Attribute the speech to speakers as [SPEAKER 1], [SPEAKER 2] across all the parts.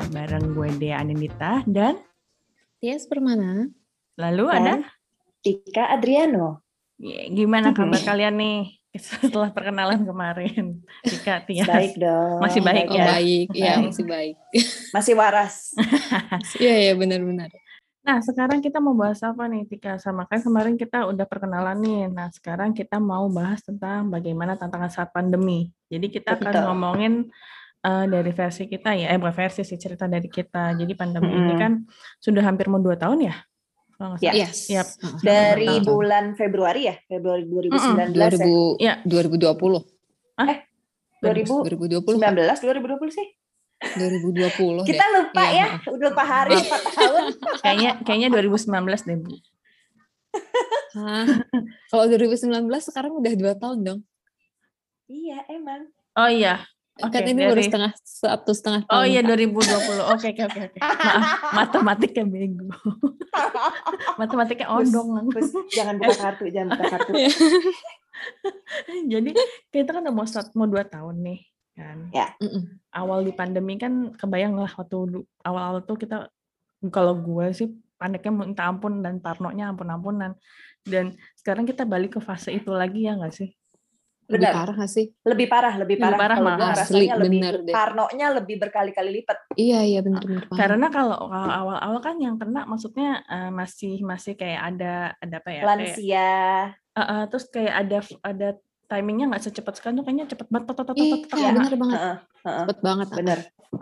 [SPEAKER 1] bareng gue Dea Anindita dan
[SPEAKER 2] Tias Permana.
[SPEAKER 1] Lalu
[SPEAKER 3] Dan
[SPEAKER 1] ada
[SPEAKER 3] Tika Adriano.
[SPEAKER 1] Gimana kabar kalian nih setelah perkenalan kemarin? Tika, Tias.
[SPEAKER 3] Baik dong.
[SPEAKER 1] Masih baik
[SPEAKER 2] Oh,
[SPEAKER 1] ya?
[SPEAKER 2] baik, ya masih baik.
[SPEAKER 3] Masih waras.
[SPEAKER 2] Iya benar-benar.
[SPEAKER 1] Nah, sekarang kita mau bahas apa nih, Tika? Sama kan kemarin kita udah perkenalan nih. Nah, sekarang kita mau bahas tentang bagaimana tantangan saat pandemi. Jadi kita akan ngomongin dari versi kita ya, bukan versi sih, cerita dari kita. Jadi pandemi ini kan sudah hampir mau 2 tahun ya?
[SPEAKER 3] Yes.
[SPEAKER 1] Yep.
[SPEAKER 3] Dari bulan Februari ya? Februari 2019 ya?
[SPEAKER 2] 2020.
[SPEAKER 3] 2019, 2020 sih?
[SPEAKER 2] 2020
[SPEAKER 3] Kita
[SPEAKER 2] deh.
[SPEAKER 3] lupa ya, udah lupa hari 4 tahun.
[SPEAKER 1] Kayaknya 2019 deh, Bu.
[SPEAKER 2] Hah? Kalau 2019 sekarang udah 2 tahun dong.
[SPEAKER 3] Iya, emang.
[SPEAKER 1] Oh iya.
[SPEAKER 2] Kan ini baru satu setengah tahun.
[SPEAKER 1] Oh iya, 2020. Oke. Maaf, matematiknya bego. Matematiknya ondong.
[SPEAKER 3] Jangan buka kartu.
[SPEAKER 1] Jadi kita kan udah mau 2 tahun nih kan.
[SPEAKER 3] Ya.
[SPEAKER 1] Awal di pandemi kan kebayang lah waktu awal-awal tuh kita, kalau gue sih paniknya minta ampun dan parnonya ampun-ampunan. Dan sekarang kita balik ke fase itu lagi ya nggak sih?
[SPEAKER 2] Lebih parah nggak sih?
[SPEAKER 3] Lebih parah. Kalau gue rasanya lebih parnonya lebih berkali-kali lipat.
[SPEAKER 2] Iya benar.
[SPEAKER 1] Karena kalau awal-awal kan yang kena maksudnya masih kayak ada apa ya?
[SPEAKER 3] Lansia.
[SPEAKER 1] Terus kayak ada timingnya nggak secepat sekarang tuh, kayaknya cepet banget.
[SPEAKER 2] Iya benar banget. Cepet banget.
[SPEAKER 3] Benar.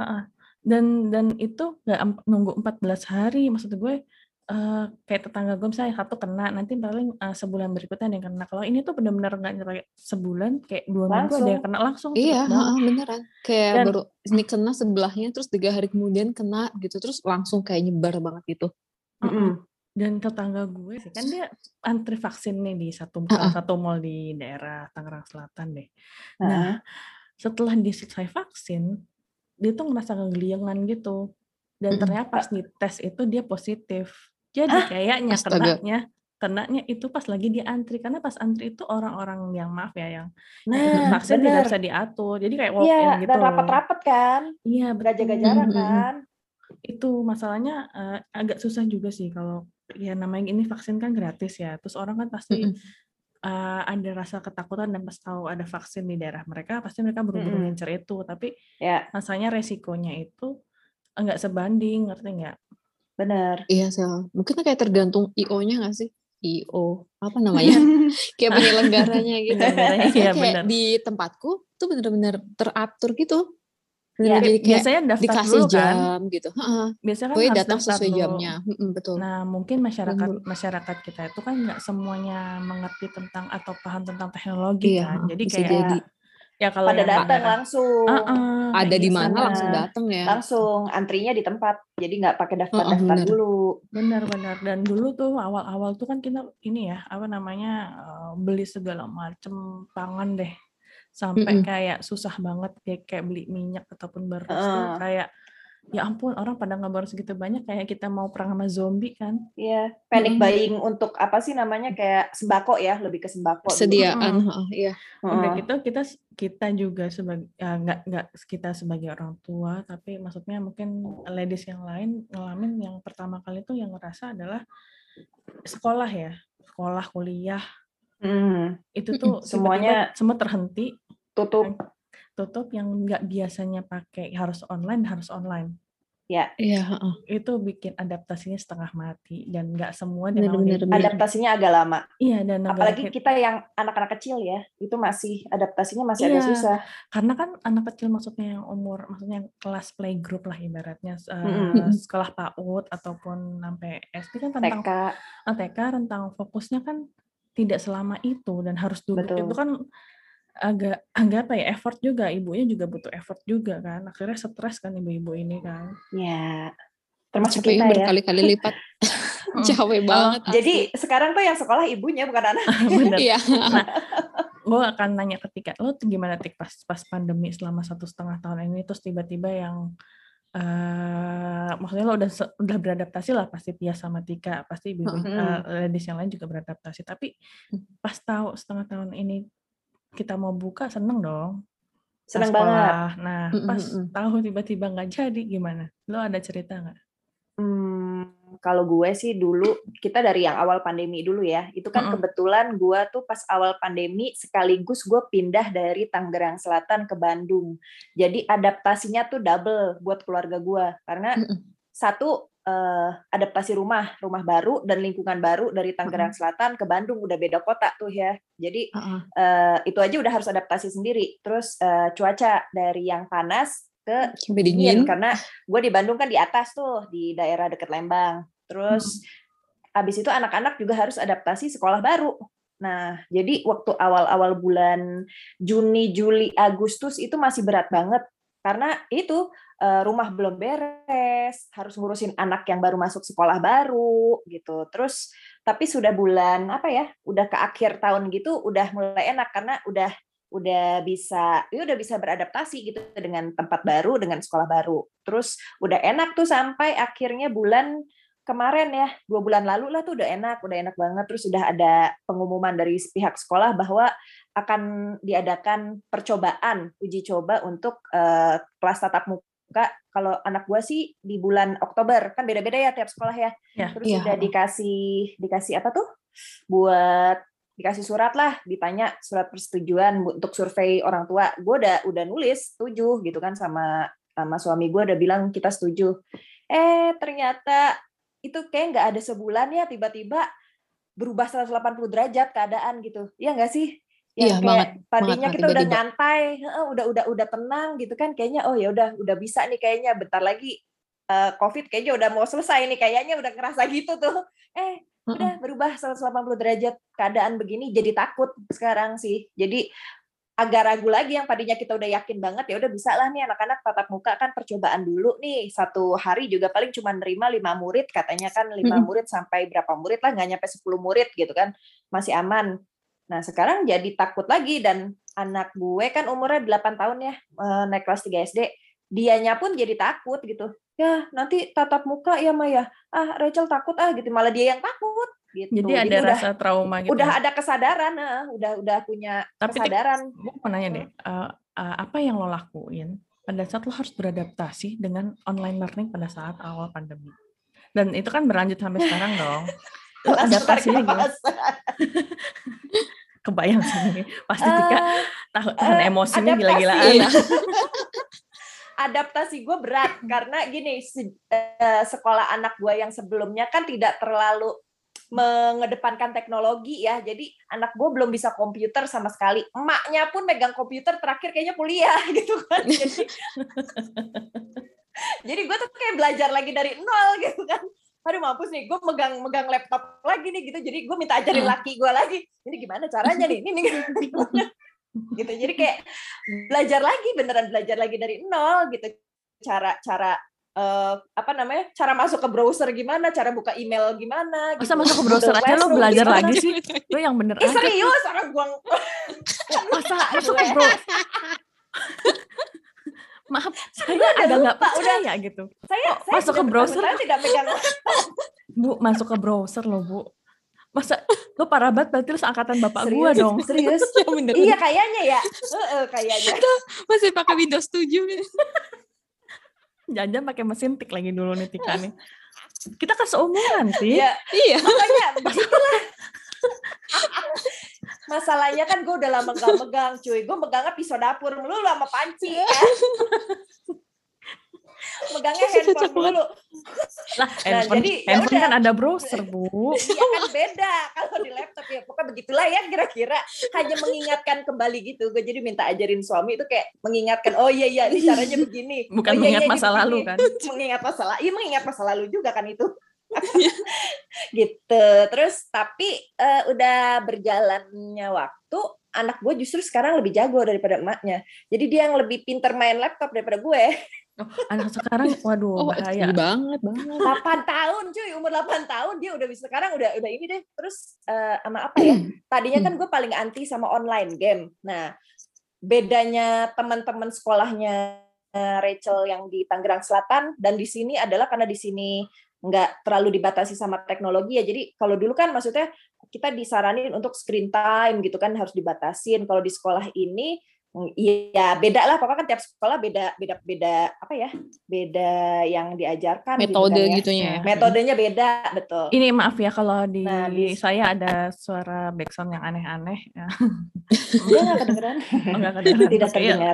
[SPEAKER 1] Dan itu nggak nunggu 14 hari, maksud gue. Kayak tetangga gue misalnya satu kena, nanti paling sebulan berikutnya ada yang kena. Kalau ini tuh benar-benar nggak nyampe sebulan, kayak 2 minggu ada yang kena langsung.
[SPEAKER 2] Iya, beneran. Kayak baru ini kena sebelahnya, terus 3 hari kemudian kena gitu, terus langsung kayak nyebar banget gitu.
[SPEAKER 1] Dan tetangga gue sih kan dia antri vaksin nih di satu mall di daerah Tangerang Selatan deh. Nah, setelah dia selesai vaksin, dia tuh ngerasa kegeliangan gitu. Dan ternyata pas dites itu dia positif. Jadi kayaknya kenanya itu pas lagi dia antri, karena pas antri itu orang-orang yang maaf ya yang vaksin tidak bisa diatur, jadi kayak walk in gitu.
[SPEAKER 3] Dan rapat-rapat kan?
[SPEAKER 1] Iya,
[SPEAKER 3] nggak jaga jarak kan?
[SPEAKER 1] Itu masalahnya agak susah juga sih kalau ya namanya ini vaksin kan gratis ya, terus orang kan pasti ada rasa ketakutan, dan pas tahu ada vaksin di daerah mereka pasti mereka buru-buru ngincer itu, tapi masalahnya resikonya itu enggak sebanding, ngerti nggak?
[SPEAKER 2] Benar. Iya sih. Mungkin kayak tergantung IO-nya nggak sih? IO apa namanya? Kayak penyelenggaranya gitu.
[SPEAKER 1] Iya,
[SPEAKER 2] kayak di tempatku tuh benar-benar teratur gitu.
[SPEAKER 1] Ya,
[SPEAKER 2] jadi kayak
[SPEAKER 1] biasanya daftar
[SPEAKER 2] dikasih
[SPEAKER 1] dulu kan?
[SPEAKER 2] Jam gitu.
[SPEAKER 1] Biasanya kan harus
[SPEAKER 2] datang sesuai
[SPEAKER 1] dulu.
[SPEAKER 2] Jamnya. Betul.
[SPEAKER 1] Nah, mungkin masyarakat kita itu kan nggak semuanya mengerti tentang atau paham tentang teknologi kan. Jadi kayak
[SPEAKER 2] jadi.
[SPEAKER 1] Ya kalau
[SPEAKER 3] pada datang langsung.
[SPEAKER 2] Ada di mana langsung datang ya.
[SPEAKER 3] Langsung antrinya di tempat. Jadi nggak pakai daftar dulu.
[SPEAKER 1] Benar. Dan dulu tuh awal-awal tuh kan kita ini ya, beli segala macam pangan deh. Sampai kayak susah banget kayak beli minyak ataupun beras tuh kayak ya ampun, orang pada nggak baru segitu banyak, kayak kita mau perang sama zombie kan.
[SPEAKER 3] Iya, panic buying untuk apa sih namanya, kayak sembako ya, lebih ke sembako.
[SPEAKER 2] Sediaan, iya.
[SPEAKER 1] Udah gitu kita juga sebagai nggak kita sebagai orang tua, tapi maksudnya mungkin ladies yang lain ngalamin yang pertama kali tuh yang ngerasa adalah sekolah, kuliah. Itu tuh
[SPEAKER 3] semuanya
[SPEAKER 1] semua terhenti,
[SPEAKER 3] tutup
[SPEAKER 1] yang nggak biasanya pakai harus online.
[SPEAKER 3] Ya.
[SPEAKER 2] Iya.
[SPEAKER 1] Itu bikin adaptasinya setengah mati, dan nggak semua
[SPEAKER 3] adaptasinya agak lama.
[SPEAKER 1] Iya, dan
[SPEAKER 3] apalagi kita yang anak-anak kecil ya, itu masih adaptasinya masih agak susah.
[SPEAKER 1] Karena kan anak kecil maksudnya yang kelas playgroup lah ibaratnya, sekolah PAUD ataupun sampai SD kan tentang TK, tentang fokusnya kan tidak selama itu, dan harus duduk. Betul. Itu kan agak apa ya, effort juga, ibunya juga butuh effort juga kan, akhirnya stres kan ibu-ibu ini kan.
[SPEAKER 3] Ya, termasuk kita ya.
[SPEAKER 2] Berkali-kali lipat. Capek banget.
[SPEAKER 3] Jadi sekarang tuh yang sekolah ibunya bukan anak.
[SPEAKER 1] Bener. Iya. Nah, gue akan nanya ketika lo gimana Tik pas pandemi selama 1,5 tahun ini, terus tiba-tiba yang maksudnya lo udah beradaptasi lah, pasti Tia sama Tika, pasti ibu ladies yang lain juga beradaptasi, tapi pas tahu 1,5 tahun ini kita mau buka, seneng dong?
[SPEAKER 3] Seneng banget.
[SPEAKER 1] sekolah. Nah, pas tahu tiba-tiba nggak jadi gimana? Lo ada cerita nggak?
[SPEAKER 3] Kalau gue sih dulu, kita dari yang awal pandemi dulu ya, itu kan kebetulan gue tuh pas awal pandemi sekaligus gue pindah dari Tangerang Selatan ke Bandung. Jadi adaptasinya tuh double buat keluarga gue, karena satu adaptasi rumah baru dan lingkungan baru dari Tangerang Selatan ke Bandung, udah beda kota tuh ya. Jadi itu aja udah harus adaptasi sendiri. Terus cuaca dari yang panas ke dingin, karena gue di Bandung kan di atas tuh, di daerah dekat Lembang. Terus abis itu anak-anak juga harus adaptasi sekolah baru. Nah, jadi waktu awal-awal bulan Juni, Juli, Agustus itu masih berat banget. Karena itu rumah belum beres, harus ngurusin anak yang baru masuk sekolah baru gitu. Terus tapi sudah bulan udah ke akhir tahun gitu, udah mulai enak karena udah bisa beradaptasi gitu dengan tempat baru, dengan sekolah baru. Terus udah enak tuh sampai akhirnya bulan kemarin ya, 2 bulan lalu lah tuh udah enak banget. Terus udah ada pengumuman dari pihak sekolah bahwa akan diadakan percobaan, uji coba untuk kelas tatap muka. Kalau anak gua sih di bulan Oktober, kan beda-beda ya tiap sekolah ya. Terus udah dikasih apa tuh? Dikasih surat lah, ditanya surat persetujuan untuk survei orang tua. Gue udah nulis setuju gitu kan, sama suami gue udah bilang kita setuju. Ternyata itu kayak nggak ada sebulan ya, tiba-tiba berubah 180 derajat keadaan gitu. Iya nggak sih? Yang kayak tadinya kita udah nyantai, udah tenang gitu kan, kayaknya oh ya udah bisa nih kayaknya, bentar lagi COVID kayaknya udah mau selesai nih, kayaknya udah ngerasa gitu tuh. Udah berubah 180 derajat keadaan begini, jadi takut sekarang sih. Jadi agak ragu lagi, yang tadinya kita udah yakin banget ya udah bisa lah nih anak-anak tatap muka, kan percobaan dulu nih, 1 hari juga paling cuma nerima 5 murid katanya kan, 5 murid sampai berapa murid lah, nggak nyampe 10 murid gitu kan, masih aman. Nah sekarang jadi takut lagi, dan anak gue kan umurnya 8 tahun ya, naik kelas 3 SD, dianya pun jadi takut gitu. Ya nanti tatap muka ya Maya, Rachel takut gitu, malah dia yang takut gitu.
[SPEAKER 1] Jadi ada rasa trauma gitu.
[SPEAKER 3] Udah ada kesadaran, udah punya kesadaran.
[SPEAKER 1] Gue mau nanya deh, apa yang lo lakuin pada saat lo harus beradaptasi dengan online learning pada saat awal pandemi? Dan itu kan berlanjut sampai sekarang dong. Lo adaptasinya gimana? Kebayang sih, pasti Tika tahan emosinya gila-gilaan.
[SPEAKER 3] Adaptasi gue berat karena gini, sekolah anak gue yang sebelumnya kan tidak terlalu mengedepankan teknologi ya, jadi anak gue belum bisa komputer sama sekali. Emaknya pun megang komputer terakhir kayaknya kuliah gitu kan. Jadi gue tuh kayak belajar lagi dari nol gitu kan. Aduh mampus nih, gue megang laptop lagi nih gitu. Jadi gue minta ajarin laki gue lagi. Jadi gimana caranya nih? Ini gitu. Jadi kayak beneran belajar lagi dari nol gitu. Cara cara masuk ke browser gimana, cara buka email gimana gitu.
[SPEAKER 1] Masa masuk ke browser aja lo belajar lagi sih? Lo yang bener aja.
[SPEAKER 3] Serius, orang gua
[SPEAKER 1] masa masuk ke browser. Maaf, saya ada nggak percaya gitu.
[SPEAKER 3] Saya
[SPEAKER 1] masuk ke browser
[SPEAKER 3] tidak pegang.
[SPEAKER 1] Bu, masuk ke browser loh Bu. Masa lo parah banget, berarti lo seangkatan bapak gua dong.
[SPEAKER 3] Serius?
[SPEAKER 2] Ya, bener.
[SPEAKER 3] Iya kayaknya ya. Kayaknya.
[SPEAKER 2] Masih pakai Windows 7.
[SPEAKER 1] Jangan pakai mesin tik lagi dulu nih Tika nih. Kita kan seumuran sih.
[SPEAKER 3] Ya, iya. Makanya begitulah. Masalahnya kan gue udah lama gak megang, cuy. Gue megangnya pisau dapur melulu sama panci ya. Megangnya handphone dulu.
[SPEAKER 1] Lah, handphone kan ada browser, Bu.
[SPEAKER 3] Iya kan beda kalau di laptop ya. Pokoknya begitulah ya kira-kira. Hanya mengingatkan kembali gitu. Gue jadi minta ajarin suami itu kayak mengingatkan, oh iya ini caranya begini.
[SPEAKER 1] Bukan mengingat masa lalu kan.
[SPEAKER 3] Mengingat masa lalu juga kan itu. Gitu. Terus tapi udah berjalannya waktu, anak gue justru sekarang lebih jago daripada emaknya. Jadi dia yang lebih pinter main laptop daripada gue.
[SPEAKER 1] Anak sekarang, waduh, bahaya.
[SPEAKER 2] Banget.
[SPEAKER 3] 8 tahun cuy, umur 8 tahun dia udah bisa, sekarang udah ini deh. Terus sama apa ya? Tadinya kan gue paling anti sama online game. Nah, bedanya teman-teman sekolahnya Rachel yang di Tangerang Selatan dan di sini adalah karena di sini nggak terlalu dibatasi sama teknologi ya. Jadi kalau dulu kan maksudnya kita disaranin untuk screen time gitu kan, harus dibatasin. Kalau di sekolah ini Iya, beda lah. Pokoknya kan tiap sekolah beda apa ya? Beda yang diajarkan
[SPEAKER 2] Metode
[SPEAKER 3] gitu kan ya.
[SPEAKER 2] gitunya ya.
[SPEAKER 3] Metodenya beda, betul.
[SPEAKER 1] Ini maaf ya kalau di saya ada suara background yang aneh-aneh.
[SPEAKER 3] Dia nggak kedengeran.
[SPEAKER 1] Nggak kedengeran.
[SPEAKER 3] Tidak terdengar.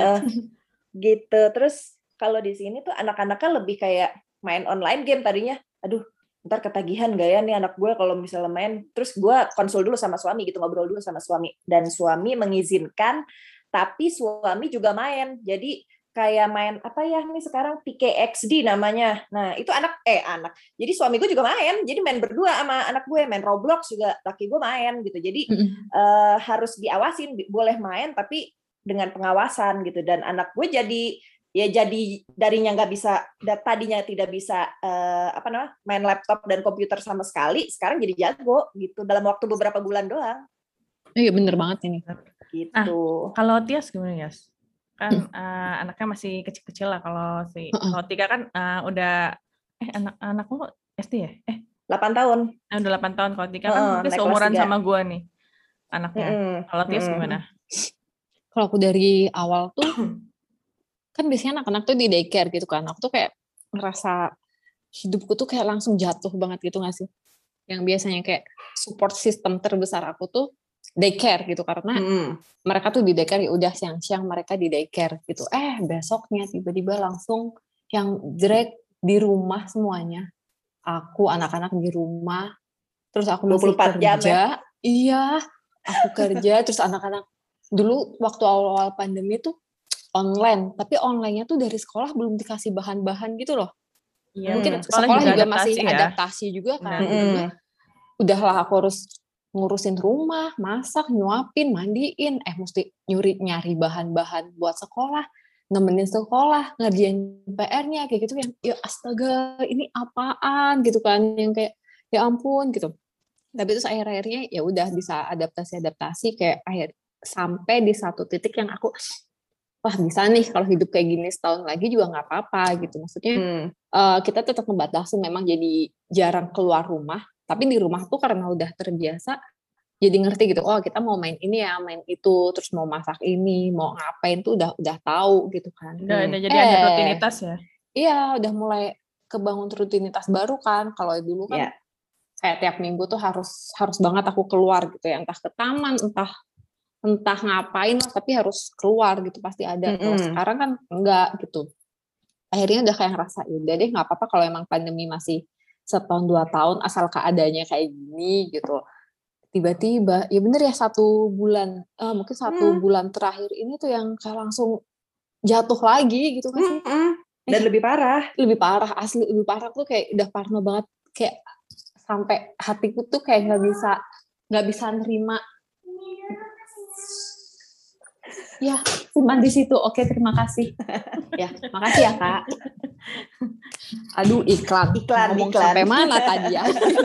[SPEAKER 3] Gitu. Terus kalau di sini tuh anak-anaknya lebih kayak main online game tadinya. Aduh, ntar ketagihan gak ya nih anak gue kalau misalnya main. Terus gue konsul dulu sama suami gitu, ngobrol dulu sama suami. Dan suami mengizinkan, tapi suami juga main. Jadi kayak main apa ya nih sekarang PKXD namanya. Nah itu anak. Jadi suami gue juga main. Jadi main berdua sama anak gue, main Roblox juga laki gue main gitu. Jadi harus diawasin, boleh main tapi dengan pengawasan gitu. Dan anak gue jadi darinya nggak bisa, tadinya tidak bisa main laptop dan komputer sama sekali, sekarang jadi jago gitu dalam waktu beberapa bulan doang.
[SPEAKER 2] Iya bener banget ini.
[SPEAKER 3] Gitu.
[SPEAKER 1] Kalau Tias gimana Yas? Kan anaknya masih kecil-kecil lah. Kalau kalau Tika kan udah anak lo SD ya?
[SPEAKER 3] 8 tahun.
[SPEAKER 1] Udah 8 tahun. Kalau Tika kan mungkin seumuran sama gue nih anaknya. Kalau Tias gimana?
[SPEAKER 2] Kalau aku dari awal tuh kan biasanya anak-anak tuh di daycare gitu kan. Aku tuh kayak ngerasa hidupku tuh kayak langsung jatuh banget gitu gak sih? Yang biasanya kayak support system terbesar aku tuh daycare gitu, karena mereka tuh di daycare, ya udah siang-siang mereka di daycare gitu. Besoknya tiba-tiba langsung yang drag di rumah semuanya. Aku anak-anak di rumah, terus aku masih kerja.
[SPEAKER 3] Jam, ya?
[SPEAKER 2] Iya, aku kerja terus anak-anak dulu waktu awal-awal pandemi tuh online, tapi online-nya tuh dari sekolah belum dikasih bahan-bahan gitu loh.
[SPEAKER 1] Iya,
[SPEAKER 2] mungkin sekolah juga masih adaptasi juga kan. Udahlah aku harus ngurusin rumah, masak, nyuapin, mandiin, mesti nyari bahan-bahan buat sekolah, nemenin sekolah, ngerjain PR-nya kayak gitu yang ya astaga ini apaan gitu kan, yang kayak ya ampun gitu. Tapi terus akhir-akhirnya ya udah bisa adaptasi kayak sampai di satu titik yang aku wah bisa nih kalau hidup kayak gini setahun lagi juga nggak apa-apa gitu. Maksudnya kita tetap membatasi, memang jadi jarang keluar rumah, tapi di rumah tuh karena udah terbiasa jadi ngerti gitu, oh kita mau main ini ya, main itu, terus mau masak ini, mau ngapain tuh udah tahu gitu kan.
[SPEAKER 1] Udah jadi ada rutinitas ya.
[SPEAKER 2] Iya, udah mulai kebangun rutinitas baru kan. Kalau dulu kan kayak tiap minggu tuh harus banget aku keluar gitu ya, entah ke taman, entah ngapain lah, tapi harus keluar gitu, pasti ada. Kalau sekarang kan enggak gitu. Akhirnya udah kayak ngerasa, udah deh nggak apa-apa kalau emang pandemi masih 1-2 tahun, asal keadaannya kayak gini gitu. Tiba-tiba, ya bener ya 1 bulan, mungkin 1 bulan terakhir ini tuh yang kayak langsung jatuh lagi gitu kan sih.
[SPEAKER 3] Dan lebih parah.
[SPEAKER 2] Lebih parah, asli lebih parah tuh kayak udah parno banget. Kayak sampai hatiku tuh kayak nggak bisa nerima. Ya, simpan di situ. Oke, terima kasih. Ya, makasih ya, Kak. Aduh, iklan. Sampai mana tadi ya?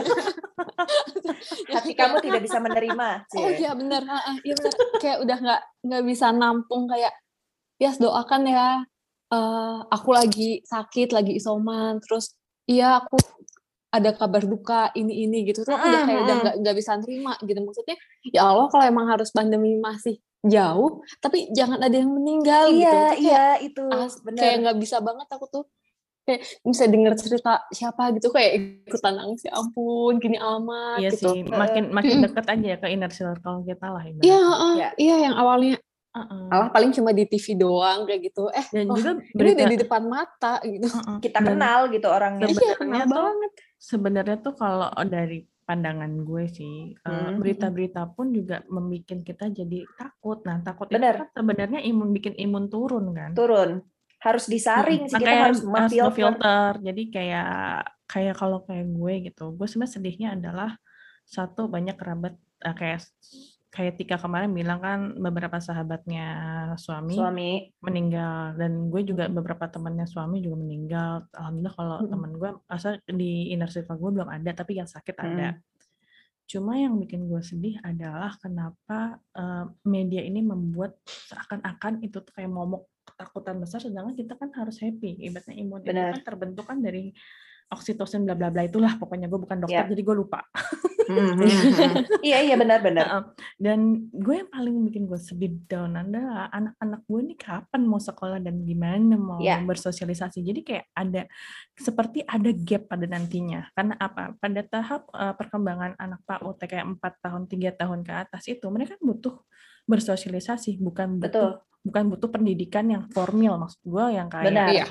[SPEAKER 3] Hati kamu tidak bisa menerima.
[SPEAKER 2] Oh iya, benar. Iya benar. Kayak udah nggak bisa nampung kayak, Yas doakan ya. Aku lagi sakit, lagi isoman. Terus, iya aku ada kabar duka ini gitu. Tuh udah kayak udah nggak bisa nerima gitu. Maksudnya, ya Allah kalau emang harus pandemi masih jauh, tapi jangan ada yang meninggal gitu.
[SPEAKER 3] Iya, itu benar.
[SPEAKER 2] Kayak nggak bisa banget aku tuh. Kayak bisa denger cerita siapa gitu, kayak ikutan nangis, ya ampun gini amat.
[SPEAKER 1] Iya
[SPEAKER 2] gitu.
[SPEAKER 1] sih, makin dekat aja ke inner circle kita lah.
[SPEAKER 2] Iya, yang awalnya paling cuma di TV doang kayak gitu.
[SPEAKER 1] Dan juga
[SPEAKER 2] ini udah di depan mata gitu.
[SPEAKER 3] Kita kenal gitu orangnya.
[SPEAKER 1] Sebenarnya tuh kalau dari pandangan gue sih, berita-berita pun juga membuat kita jadi takut. Nah, takut itu kan sebenarnya bikin imun turun kan?
[SPEAKER 3] Turun. Harus disaring sih, kita harus
[SPEAKER 1] memfilter. Jadi kayak kalau kayak gue gitu, gue sebenarnya sedihnya adalah satu, banyak kerabat kayak Tika kemarin bilang kan beberapa sahabatnya suami meninggal, dan gue juga beberapa temannya suami juga meninggal. Alhamdulillah kalau teman gue asal di inner circle gue belum ada, tapi yang sakit ada. Cuma yang bikin gue sedih adalah kenapa media ini membuat seakan-akan itu tuh kayak momok ketakutan besar, sedangkan kita kan harus happy. Ibaratnya imun itu kan terbentuk kan dari oksitosin bla bla bla itulah, pokoknya gue bukan dokter jadi gue lupa.
[SPEAKER 3] Iya benar-benar.
[SPEAKER 1] Dan gue yang paling bikin gue sedih down adalah anak-anak gue nih kapan mau sekolah dan gimana mau bersosialisasi. Jadi kayak seperti ada gap pada nantinya. Karena apa? Pada tahap perkembangan anak PAUD kayak 4 tahun, 3 tahun ke atas itu mereka butuh bersosialisasi, bukan butuh pendidikan yang formal, maksud gue yang kayak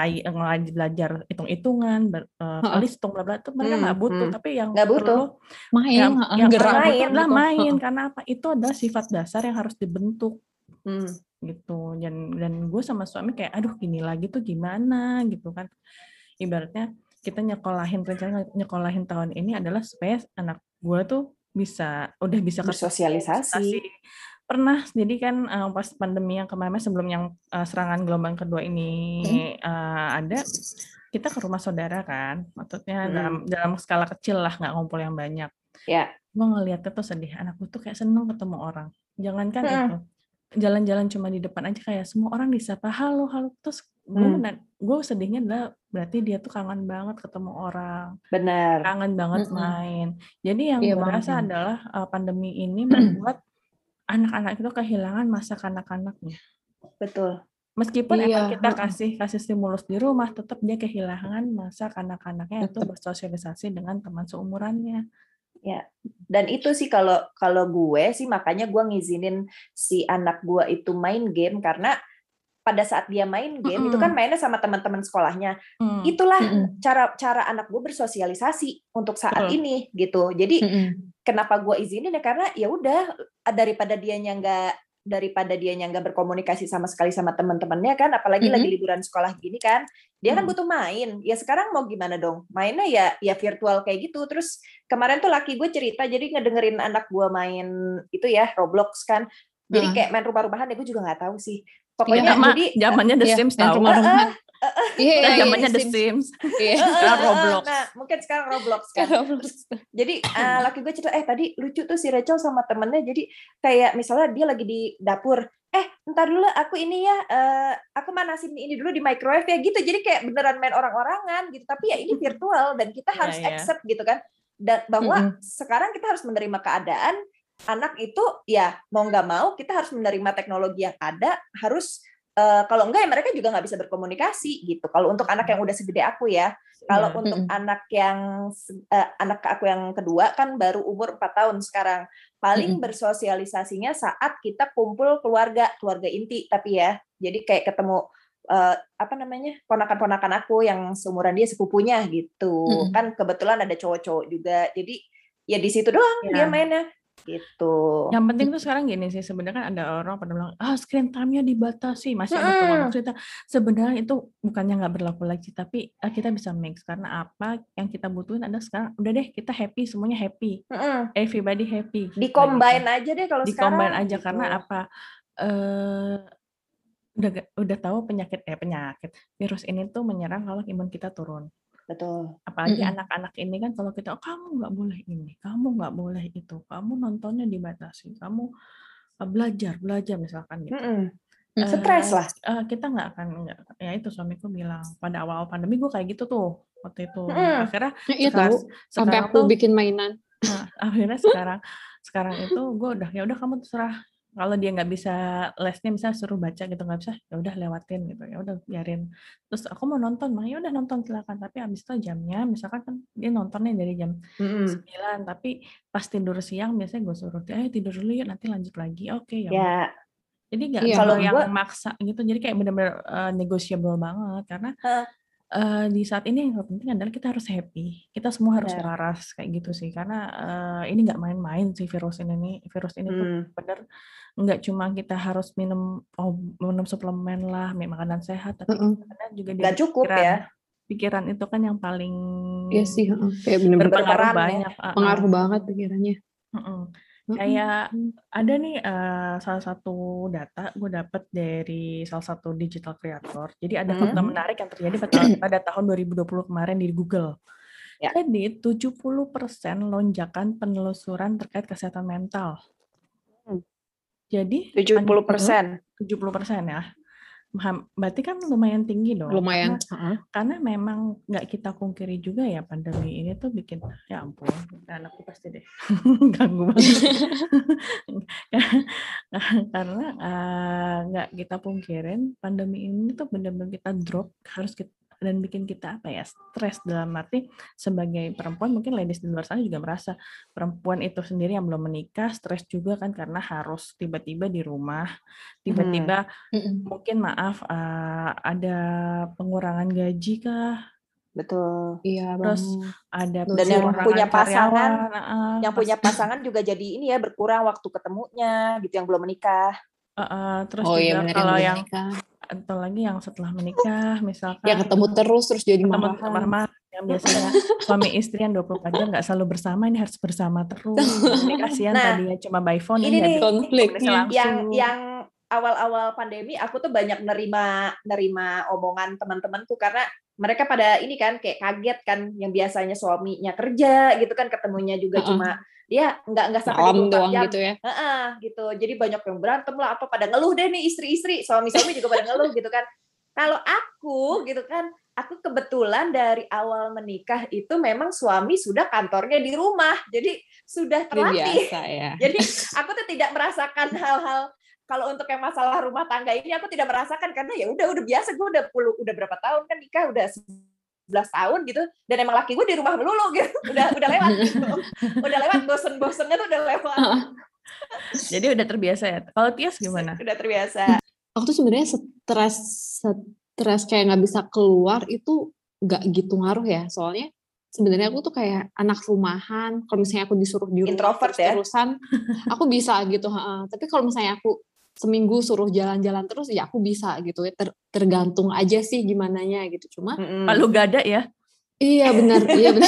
[SPEAKER 1] belajar hitung-hitungan, hitung bla bla itu mereka nggak butuh, tapi yang perlu
[SPEAKER 2] main,
[SPEAKER 1] main karena apa? Itu adalah sifat dasar yang harus dibentuk gitu. Dan gue sama suami kayak aduh gini lagi tuh gimana gitu kan, ibaratnya kita nyekolahin tahun ini adalah supaya anak gue tuh udah bisa
[SPEAKER 3] bersosialisasi.
[SPEAKER 1] Pernah, jadi kan pas pandemi yang kemarin sebelum yang serangan gelombang kedua ini ada, kita ke rumah saudara kan, maksudnya dalam skala kecil lah, nggak ngumpul yang banyak. Gue ngeliatnya tuh sedih, anakku tuh kayak seneng ketemu orang. Jangankan itu, jalan-jalan cuma di depan aja kayak semua orang disapa halo, terus gue sedihnya adalah berarti dia tuh kangen banget ketemu orang.
[SPEAKER 3] Benar.
[SPEAKER 1] Kangen banget main. Jadi yang gue rasa adalah pandemi ini membuat anak-anak itu kehilangan masa kanak-kanaknya.
[SPEAKER 3] Betul.
[SPEAKER 1] Meskipun emang kita kasih stimulus di rumah, tetap dia kehilangan masa kanak-kanaknya itu bersosialisasi dengan teman seumurannya.
[SPEAKER 3] Ya, dan itu sih kalau gue sih makanya gue ngizinin si anak gue itu main game karena pada saat dia main game itu kan mainnya sama teman-teman sekolahnya. Itulah cara anak gue bersosialisasi untuk saat ini gitu. Jadi kenapa gue izinin ya karena ya udah daripada dianya nggak berkomunikasi sama sekali sama teman-temannya kan, apalagi lagi liburan sekolah gini kan, dia kan butuh main. Ya sekarang mau gimana dong? Mainnya ya virtual kayak gitu. Terus kemarin tuh laki gue cerita, jadi ngedengerin anak gue main itu ya Roblox kan. Jadi kayak main rumah-rumahan ya gue juga nggak tahu sih. Pokoknya jadi
[SPEAKER 1] zamannya The Sims tahu.
[SPEAKER 2] Iya,
[SPEAKER 1] zamannya The Sims. Sekarang Roblox.
[SPEAKER 3] Nah, mungkin sekarang Roblox kan. Jadi laki gue cerita, tadi lucu tuh si Rachel sama temennya. Jadi kayak misalnya dia lagi di dapur. Ntar dulu aku ini ya, aku manasin ini dulu di microwave ya gitu. Jadi kayak beneran main orang-orangan gitu. Tapi ya ini virtual dan kita harus accept gitu kan. Dan bahwa sekarang kita harus menerima keadaan anak itu ya mau nggak mau kita harus menerima teknologi yang ada, harus kalau enggak ya mereka juga nggak bisa berkomunikasi gitu. Kalau untuk anak yang udah segede aku ya, kalau untuk anak aku yang kedua kan baru umur 4 tahun sekarang, paling bersosialisasinya saat kita kumpul keluarga inti tapi ya, jadi kayak ketemu ponakan-ponakan aku yang seumuran dia, sepupunya gitu. Kan kebetulan ada cowok-cowok juga, jadi ya di situ doang dia mainnya gitu.
[SPEAKER 1] Yang penting tuh sekarang gini sih, sebenarnya kan ada orang pada bilang screen time-nya dibatasi, masih ada teman cerita. Sebenarnya itu bukannya nggak berlaku lagi, tapi kita bisa mix karena apa yang kita butuhin ada sekarang. Udah deh kita happy, semuanya happy, everybody happy.
[SPEAKER 3] Di-combine aja deh kalau sekarang.
[SPEAKER 1] Di-combine aja gitu. Karena apa? Udah tahu penyakit virus ini tuh menyerang kalau imun kita turun.
[SPEAKER 3] Betul.
[SPEAKER 1] Apalagi anak-anak ini kan kalau kita kamu nggak boleh ini, kamu nggak boleh itu, kamu nontonnya dibatasi, kamu belajar misalkan gitu.
[SPEAKER 3] Stres lah.
[SPEAKER 1] Kita nggak akan ya itu suamiku bilang pada awal pandemi gue kayak gitu tuh waktu itu. Akhirnya
[SPEAKER 2] sampai aku bikin mainan.
[SPEAKER 1] Akhirnya sekarang itu gue udah kamu terserah. Kalau dia nggak bisa lesnya misalnya suruh baca gitu nggak bisa, ya udah lewatin gitu, ya udah biarin. Terus aku mau nonton, ya udah nonton silakan, tapi abis itu jamnya misalkan kan dia nontonnya dari jam 9, tapi pas tidur siang biasanya gue suruh tidur dulu yuk nanti lanjut lagi. Oke ya. Jadi nggak kalau yang maksa gitu, jadi kayak benar-benar negotiable banget karena di saat ini yang penting adalah kita harus happy, kita semua harus waras kayak gitu sih, karena ini nggak main-main sih virus ini tuh bener nggak cuma kita harus minum suplemen lah, makanan sehat, tapi kadang juga
[SPEAKER 3] nggak cukup ya.
[SPEAKER 1] Pikiran itu kan yang paling
[SPEAKER 2] sih, kayak bener-bener
[SPEAKER 1] berpengaruh banyak,
[SPEAKER 2] pengaruh banget pikirannya.
[SPEAKER 1] Kayak ada nih salah satu data gue dapet dari salah satu digital creator. Jadi ada fakta menarik yang terjadi pada tahun 2020 kemarin di Google. Jadi 70% lonjakan penelusuran terkait kesehatan mental. Jadi
[SPEAKER 3] 70%.
[SPEAKER 1] 70% ya. berarti kan lumayan tinggi dong.
[SPEAKER 2] Lumayan.
[SPEAKER 1] Karena memang nggak kita pungkiri juga ya, pandemi ini tuh bikin, ya ampun, anakku pasti deh ganggu banget. Karena nggak kita pungkirin, pandemi ini tuh benar-benar kita drop, dan bikin kita stres, dalam arti sebagai perempuan, mungkin ladies di luar sana juga merasa perempuan itu sendiri yang belum menikah stres juga kan, karena harus tiba-tiba di rumah, tiba-tiba mungkin ada pengurangan gaji kah.
[SPEAKER 3] Betul.
[SPEAKER 2] Iya,
[SPEAKER 1] terus ada
[SPEAKER 3] dan yang punya pasangan,
[SPEAKER 1] karyawan,
[SPEAKER 3] juga jadi ini ya, berkurang waktu ketemunya gitu, yang belum menikah.
[SPEAKER 1] Terus juga kalau yang atau lagi yang setelah menikah misalkan
[SPEAKER 2] yang ketemu terus jadi
[SPEAKER 1] marah-marah, yang biasanya suami istri yang 24 jam nggak selalu bersama, ini harus bersama terus. Ini kasihan tadinya cuma by phone,
[SPEAKER 3] ini nih
[SPEAKER 2] konfliknya
[SPEAKER 3] yang awal-awal pandemi aku tuh banyak nerima omongan teman-temanku, karena mereka pada ini kan kayak kaget kan, yang biasanya suaminya kerja gitu kan, ketemunya juga cuma dia nggak sampai 24 jam
[SPEAKER 2] gitu ya.
[SPEAKER 3] Gitu. Jadi banyak yang berantem lah, apa pada ngeluh deh nih istri-istri, suami-suami juga pada ngeluh gitu kan. Kalau aku gitu kan, aku kebetulan dari awal menikah itu memang suami sudah kantornya di rumah, jadi sudah terlatih.
[SPEAKER 2] Biasa, ya.
[SPEAKER 3] Jadi aku tuh tidak merasakan hal-hal, kalau untuk yang masalah rumah tangga ini aku tidak merasakan, karena ya udah biasa, gue udah berapa tahun kan nikah, udah 11 tahun gitu, dan emang laki gue di rumah melulu gitu, udah lewat gitu. Udah lewat, bosen-bosennya tuh udah lewat.
[SPEAKER 1] Jadi udah terbiasa ya. Kalau Tias gimana?
[SPEAKER 3] Udah terbiasa.
[SPEAKER 2] Aku tuh sebenarnya stres kayak nggak bisa keluar itu nggak gitu ngaruh ya, soalnya sebenarnya aku tuh kayak anak rumahan. Kalau misalnya aku disuruh di rumah
[SPEAKER 3] introvert
[SPEAKER 2] terus-terusan, aku bisa gitu. Tapi kalau misalnya aku seminggu suruh jalan-jalan terus, ya aku bisa gitu ya. Tergantung aja sih gimananya gitu. Cuma
[SPEAKER 1] Palu gada ya.
[SPEAKER 2] Iya benar.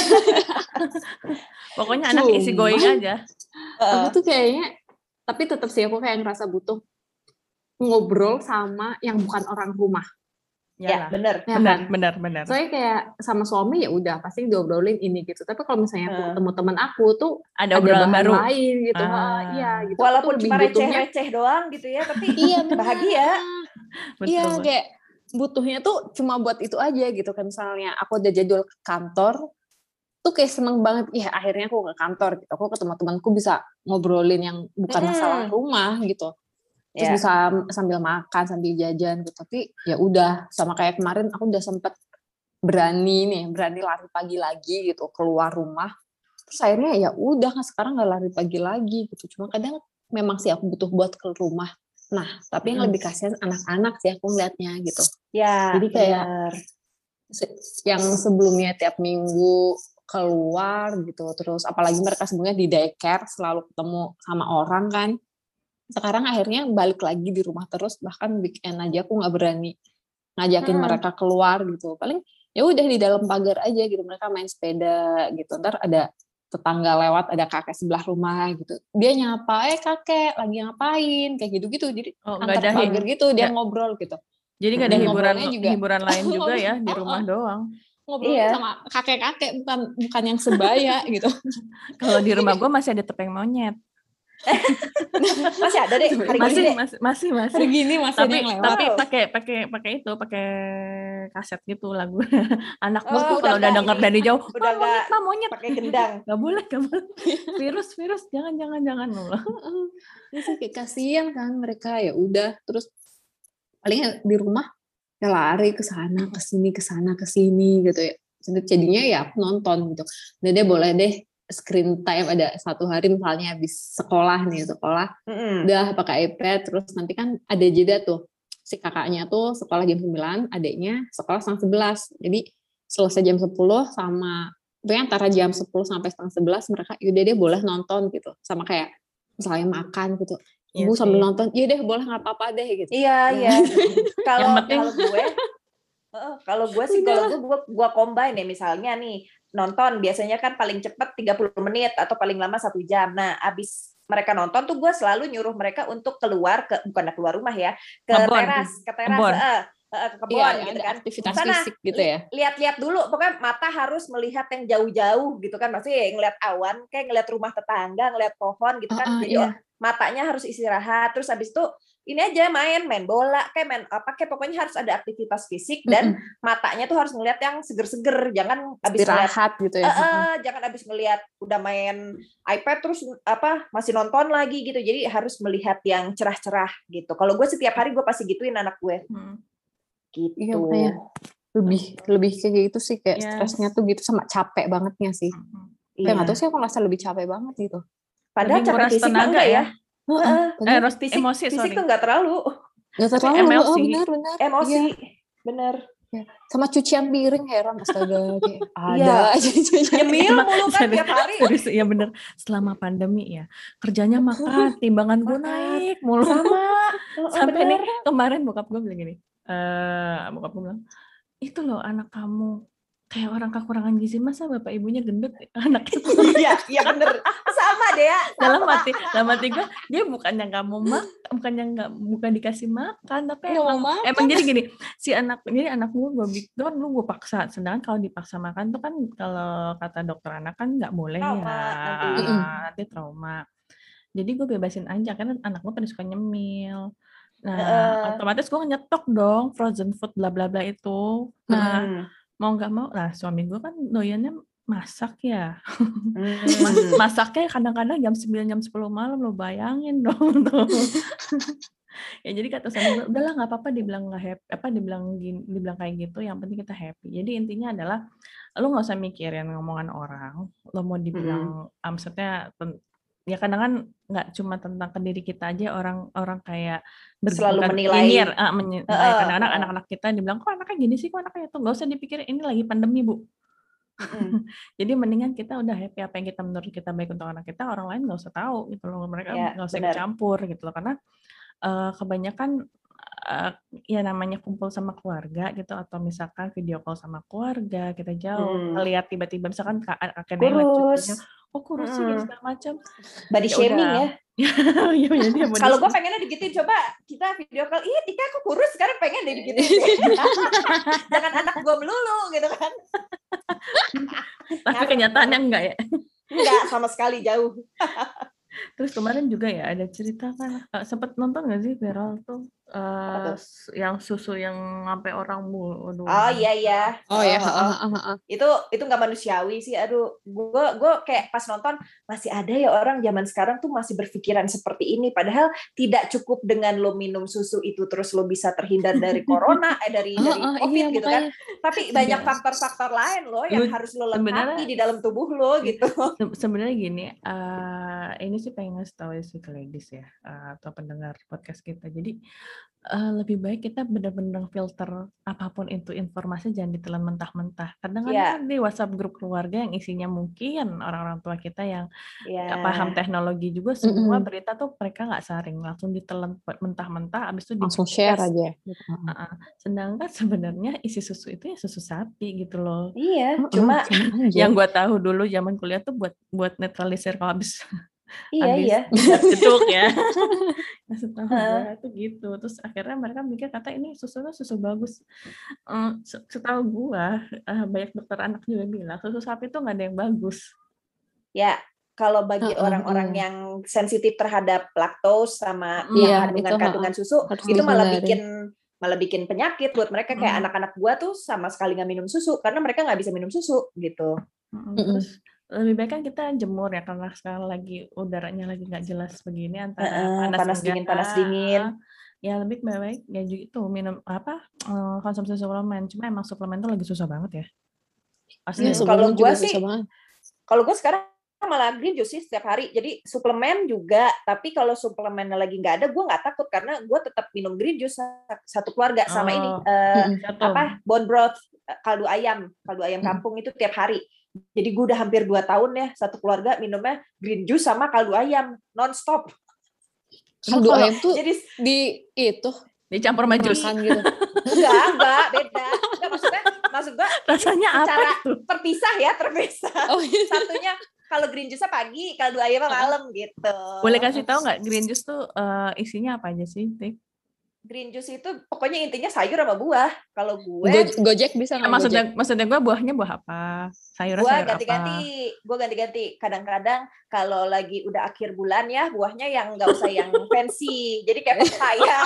[SPEAKER 1] Pokoknya anak isi going aja.
[SPEAKER 2] Aku tuh kayaknya, tapi tetap sih aku kayak ngerasa butuh ngobrol sama yang bukan orang rumah.
[SPEAKER 3] Ya, benar.
[SPEAKER 2] Soalnya kayak sama suami ya udah pasti diobrolin ini gitu. Tapi kalau misalnya aku ketemu teman aku tuh
[SPEAKER 1] ada obrolan baru
[SPEAKER 2] lain gitu. Iya gitu.
[SPEAKER 3] Walaupun cuma receh-receh doang gitu ya, tapi bahagia.
[SPEAKER 2] Iya, kayak butuhnya tuh cuma buat itu aja gitu kan. Misalnya aku udah jadwal ke kantor tuh kayak seneng banget, akhirnya aku ke kantor gitu. Aku ketemu temanku bisa ngobrolin yang bukan masalah rumah gitu. Terus bisa sambil makan, sambil jajan gitu. Tapi ya udah, sama kayak kemarin aku udah sempet berani lari pagi lagi gitu, keluar rumah. Terus akhirnya ya udah, sekarang nggak lari pagi lagi gitu. Cuma kadang memang sih aku butuh buat ke rumah. Nah, tapi yang lebih kasihan anak-anak sih aku ngeliatnya gitu.
[SPEAKER 3] Ya,
[SPEAKER 2] jadi kayak yang sebelumnya tiap minggu keluar gitu, terus apalagi mereka sebelumnya di daycare selalu ketemu sama orang kan. Sekarang akhirnya balik lagi di rumah terus, bahkan weekend aja aku nggak berani ngajakin mereka keluar gitu. Paling ya udah di dalam pagar aja gitu, mereka main sepeda gitu. Ntar ada tetangga lewat, ada kakek sebelah rumah gitu, dia nyapa, kakek lagi ngapain, kayak gitu-gitu. Jadi antar pagar gitu dia ngobrol gitu.
[SPEAKER 1] Jadi nggak ada hiburan lain juga ya, di rumah doang.
[SPEAKER 2] Ngobrolnya sama kakek-kakek, bukan yang sebaya gitu.
[SPEAKER 1] Kalau di rumah gue masih ada topeng monyet.
[SPEAKER 3] Masih ada deh,
[SPEAKER 1] masih
[SPEAKER 2] hari gini masih
[SPEAKER 1] tapi,
[SPEAKER 2] yang lewat.
[SPEAKER 1] Tapi pakai kaset gitu lagu. Anak gue tuh kalau udah denger dari jauh,
[SPEAKER 3] udah
[SPEAKER 1] monyet
[SPEAKER 3] pakai gendang.
[SPEAKER 1] Gak boleh. Virus, jangan loh.
[SPEAKER 2] Itu kayak kasihan kan mereka, ya udah terus paling di rumah ya lari ke sana ke sini gitu ya. Jadinya ya aku nonton gitu. Nah, dia boleh deh screen time ada satu hari misalnya habis sekolah udah pakai iPad, terus nanti kan ada jeda tuh, si kakaknya tuh sekolah jam 9, adiknya sekolah setengah 11, jadi selesai jam 10 sama antara jam 10 sampai setengah 11 mereka yaudah deh boleh nonton gitu, sama kayak misalnya makan gitu, ibu sambil nonton, iya deh boleh nggak apa-apa deh gitu.
[SPEAKER 3] Iya. Kalau gue sih gue combine ya, misalnya nih nonton biasanya kan paling cepat 30 menit atau paling lama 1 jam. Nah, abis mereka nonton tuh gue selalu nyuruh mereka untuk keluar bukan keluar rumah ya, ke teras, ke kebon gitu kan.
[SPEAKER 2] Aktivitas fisik gitu ya.
[SPEAKER 3] Lihat-lihat dulu, pokoknya mata harus melihat yang jauh-jauh gitu kan. Maksudnya ngelihat awan, kayak ngelihat rumah tetangga, ngelihat pohon gitu kan. Jadi matanya harus istirahat. Terus abis itu ini aja main bola, kayak main apa kayak pokoknya harus ada aktivitas fisik dan matanya tuh harus ngelihat yang seger-seger, jangan habis
[SPEAKER 2] istirahat gitu ya.
[SPEAKER 3] Jangan habis ngelihat udah main iPad terus masih nonton lagi gitu. Jadi harus melihat yang cerah-cerah gitu. Kalau gue setiap hari gue pasti gituin anak gue. Gitu.
[SPEAKER 2] Iya, lebih kayak gitu sih, kayak stresnya tuh gitu sama capek bangetnya sih. Kayak nggak tahu sih, aku ngerasa lebih capek banget gitu.
[SPEAKER 3] Padahal capek fisik mah enggak ya.
[SPEAKER 1] Fisik
[SPEAKER 3] tuh nggak terlalu.
[SPEAKER 1] Emosi.
[SPEAKER 2] Benar.
[SPEAKER 3] Emosi, benar.
[SPEAKER 2] Ya. Sama cucian piring, heran astaga. Ada aja
[SPEAKER 3] nyemil mulu kan tiap hari.
[SPEAKER 1] Serius, ya bener. Selama pandemi ya, kerjanya makan, timbangan gue naik mulu.
[SPEAKER 3] Sama.
[SPEAKER 1] Sampai nih kemarin bokap gue bilang gini, bokap gue bilang, itu loh anak kamu kayak orang kekurangan gizi, masa bapak ibunya gendut anak itu.
[SPEAKER 3] Iya bener, sama deh ya.
[SPEAKER 1] Dalam hati gue, dia bukan dikasih makan, tapi emang jadi gini, jadi anak gue kan gue paksa, sedangkan kalau dipaksa makan tuh kan kalau kata dokter anak kan nggak boleh nanti trauma. Jadi gue bebasin aja karena anak gue pada suka nyemil. Nah, otomatis gue nyetok dong frozen food bla bla bla itu. Nah, mau nggak mau, suami gue kan doyannya masak ya. Masaknya kadang-kadang jam 9 jam 10 malam, lo bayangin dong tuh. Ya jadi kata suami gue, udahlah nggak apa-apa dibilang nggak happy, dibilang kayak gitu, yang penting kita happy. Jadi intinya adalah lo nggak usah mikirin ngomongan orang, lo mau dibilang maksudnya ya kadang kan nggak cuma tentang ke diri kita aja, orang kayak
[SPEAKER 3] selalu menilai.
[SPEAKER 1] Kadang-kadang anak-anak kita dibilang kok anaknya gini sih, kok anaknya itu, nggak usah dipikirin, ini lagi pandemi Bu. Jadi mendingan kita udah happy, apa yang kita menurut kita baik untuk anak kita, orang lain nggak usah tahu gitu loh, mereka nggak usah ikut campur gitu loh, karena kebanyakan ya namanya kumpul sama keluarga gitu, atau misalkan video call sama keluarga kita jauh, lihat tiba-tiba misalkan kakek nenek cucunya kurus sih segala macam,
[SPEAKER 3] body shaming ya. Kalau gue pengennya digituin, coba kita video call, Tika aku kurus sekarang, pengen deh digituin. Jangan anak gue melulu gitu kan.
[SPEAKER 1] Tapi kenyataannya enggak ya?
[SPEAKER 3] Enggak, sama sekali jauh.
[SPEAKER 1] Terus kemarin juga ya ada cerita kan, sempat nonton nggak sih viral tuh, yang susu yang sampai orang mulu.
[SPEAKER 3] Oh iya.
[SPEAKER 2] Oh ya.
[SPEAKER 3] Itu nggak manusiawi sih. Aduh, gue kayak pas nonton, masih ada ya orang zaman sekarang tuh masih berpikiran seperti ini. Padahal tidak cukup dengan lo minum susu itu terus lo bisa terhindar dari corona, dari COVID gitu kan. Tapi banyak faktor-faktor lain lo yang harus lo lengkapi di dalam tubuh lo gitu.
[SPEAKER 1] Sebenarnya gini, ini sih pengen ngasih tahu sih ke ladies ya, atau pendengar podcast kita. Jadi lebih baik kita benar-benar filter apapun itu informasi, jangan ditelan mentah-mentah. Kadang-kadang di WhatsApp grup keluarga yang isinya mungkin orang-orang tua kita yang paham teknologi juga, semua berita tuh mereka nggak saring, langsung ditelan mentah-mentah, abis itu
[SPEAKER 2] langsung share aja.
[SPEAKER 1] Sedangkan sebenarnya isi susu itu ya susu sapi gitu loh.
[SPEAKER 3] Iya, cuma
[SPEAKER 1] yang gue tahu dulu zaman kuliah tuh buat netralisir kalau habis
[SPEAKER 3] jeduk
[SPEAKER 1] ya. Setahu gue tuh gitu. Terus akhirnya mereka mikir kata ini susu bagus. Setahu gue banyak dokter anak juga bilang susu sapi tuh nggak ada yang bagus.
[SPEAKER 3] Ya, kalau bagi orang-orang yang sensitif terhadap laktos sama kandungan susu, itu malah bikin penyakit buat mereka. Kayak anak-anak gue tuh sama sekali nggak minum susu karena mereka nggak bisa minum susu gitu.
[SPEAKER 1] Terus lebih baik kan kita jemur ya, karena sekarang lagi udaranya lagi nggak jelas begini antara panas dingin. Ya lebih baik ya itu minum konsumsi suplemen. Cuma emang suplemen tuh lagi susah banget ya.
[SPEAKER 3] Kalau gue sekarang malah green juice sih setiap hari. Jadi suplemen juga, tapi kalau suplemennya lagi nggak ada, gue nggak takut karena gue tetap minum green juice satu keluarga sama ini bone broth, kaldu ayam kampung itu tiap hari. Jadi gue udah hampir 2 tahun ya satu keluarga minumnya green juice sama kaldu ayam non-stop.
[SPEAKER 2] Kaldu ayam tuh jadi
[SPEAKER 1] dicampur sama jus
[SPEAKER 2] gitu.
[SPEAKER 3] Enggak, beda. Maksud gue
[SPEAKER 1] rasanya
[SPEAKER 3] secara
[SPEAKER 1] apa?
[SPEAKER 3] terpisah. Oh, iya. Satunya kalau green juice pagi, kaldu ayam malam gitu.
[SPEAKER 1] Boleh kasih tahu nggak green juice tuh isinya apa aja sih, Tik?
[SPEAKER 3] green juice itu pokoknya intinya sayur sama buah. Kalau gue
[SPEAKER 2] Gojek bisa nggak?
[SPEAKER 1] Maksudnya gue buahnya buah apa? Sayur
[SPEAKER 3] ganti-ganti. Gue ganti-ganti. Kadang-kadang kalau lagi udah akhir bulan ya, buahnya yang nggak usah yang fancy. Jadi kayak pepaya.